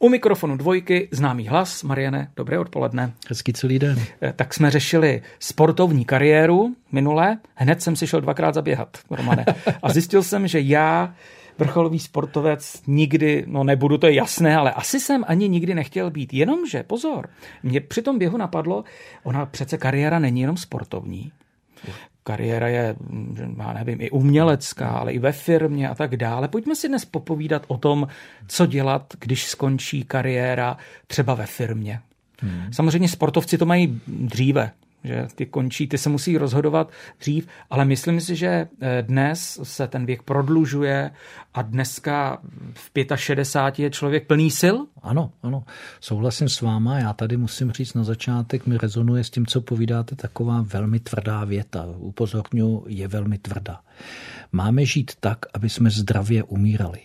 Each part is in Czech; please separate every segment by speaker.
Speaker 1: U mikrofonu Dvojky známý hlas. Mariane, dobré odpoledne.
Speaker 2: Hezký celý den.
Speaker 1: Tak jsme řešili sportovní kariéru minule. Hned jsem si šel 2krát zaběhat, Romane. A zjistil jsem, že já, vrcholový sportovec, nikdy, no nebudu, to je jasné, ale asi jsem ani nikdy nechtěl být. Jenomže, pozor, mě při tom běhu napadlo, ona přece kariéra není jenom sportovní. Kariéra je, já nevím, i umělecká, ale i ve firmě a tak dále. Pojďme si dnes popovídat o tom, co dělat, když skončí kariéra třeba ve firmě. Samozřejmě sportovci to mají dříve, že ty se musí rozhodovat dřív, ale myslím si, že dnes se ten věk prodlužuje a dneska v 65 je člověk plný sil?
Speaker 2: Ano, souhlasím s váma. Já tady musím říct na začátek, mi rezonuje s tím, co povídáte, taková velmi tvrdá věta. Upozorňuji, je velmi tvrdá. Máme žít tak, aby jsme zdravě umírali.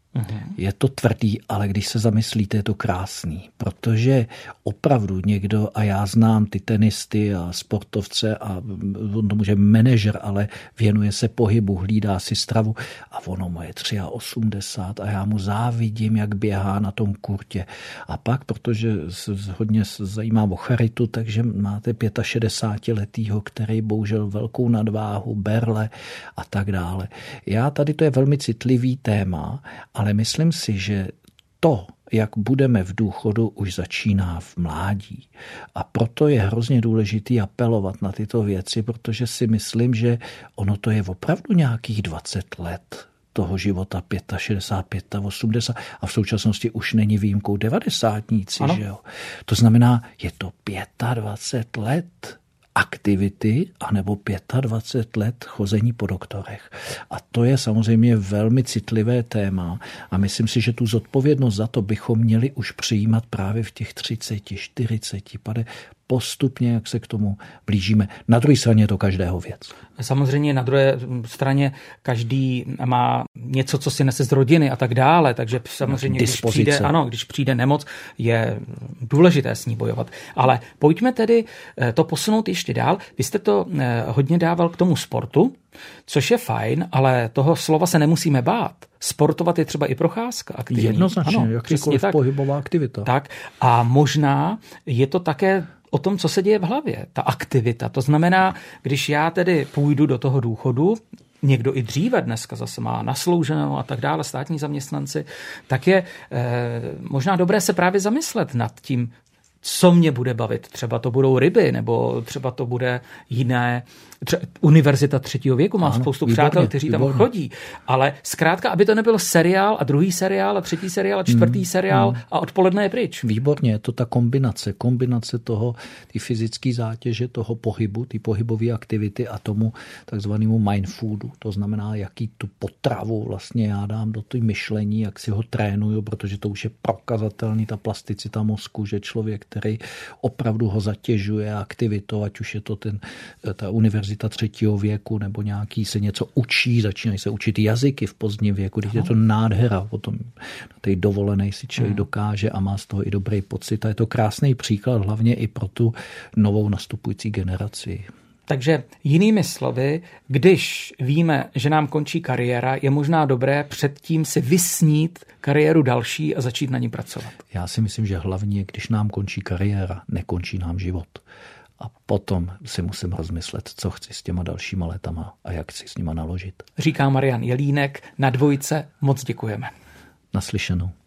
Speaker 2: Je to tvrdý, ale když se zamyslíte, je to krásný, protože opravdu někdo, a já znám ty tenisty a sportovce a on to může manažer, ale věnuje se pohybu, hlídá si stravu a ono mu je 83 a já mu závidím, jak běhá na tom kurtě. A pak, protože hodně zajímá o charitu, takže máte 65letýho, který bohužel velkou nadváhu, berle a tak dále. To je velmi citlivý téma, ale myslím si, že to, jak budeme v důchodu, už začíná v mládí. A proto je hrozně důležitý apelovat na tyto věci, protože si myslím, že ono to je opravdu nějakých 20 let toho života, 65, 80 a v současnosti už není výjimkou 90níci, že jo. To znamená, je to 25 let aktivity anebo 25 let chození po doktorech. A to je samozřejmě velmi citlivé téma a myslím si, že tu zodpovědnost za to bychom měli už přijímat právě v těch 30, 40, postupně, jak se k tomu blížíme. Na druhé straně je to každého věc.
Speaker 1: Samozřejmě na druhé straně každý má něco, co si nese z rodiny a tak dále, takže samozřejmě, když přijde nemoc, je důležité s ní bojovat. Ale pojďme tedy to posunout ještě dál. Vy jste to hodně dával k tomu sportu, což je fajn, ale toho slova se nemusíme bát. Sportovat je třeba i procházka aktivní.
Speaker 2: Jednoznačně, jakýkoliv pohybová aktivita.
Speaker 1: Tak a možná je to také o tom, co se děje v hlavě, ta aktivita. To znamená, když já tedy půjdu do toho důchodu, někdo i dříve dneska zase má naslouženou a tak dále, státní zaměstnanci, tak je možná dobré se právě zamyslet nad tím, co mě bude bavit. Třeba to budou ryby, nebo třeba to bude jiné. Univerzita 3. věku, mám spoustu přátel, kteří tam chodí. Ale zkrátka, aby to nebyl seriál a druhý seriál a třetí seriál a čtvrtý seriál a odpoledne je pryč.
Speaker 2: Výborně, je to ta kombinace toho, ty fyzické zátěže, toho pohybu, ty pohybové aktivity a tomu takzvanému mindfoodu. To znamená, jaký tu potravu vlastně já dám do té myšlení, jak si ho trénuju, protože to už je prokazatelný, ta plasticita mozku, že člověk, který opravdu ho zatěžuje aktivitou, ať už je to ta univerzita 3. věku, nebo nějaký se něco učí, začínají se učit jazyky v pozdním věku, když je to nádhera, potom na té dovolené si člověk dokáže a má z toho i dobrý pocit. A je to krásný příklad, hlavně i pro tu novou nastupující generaci.
Speaker 1: Takže jinými slovy, když víme, že nám končí kariéra, je možná dobré předtím si vysnít kariéru další a začít na ní pracovat.
Speaker 2: Já si myslím, že hlavně, když nám končí kariéra, nekončí nám život. A potom si musím rozmyslet, co chci s těma dalšíma letama a jak chci s nima naložit.
Speaker 1: Říká Marian Jelínek, na Dvojce moc děkujeme.
Speaker 2: Naslyšenou.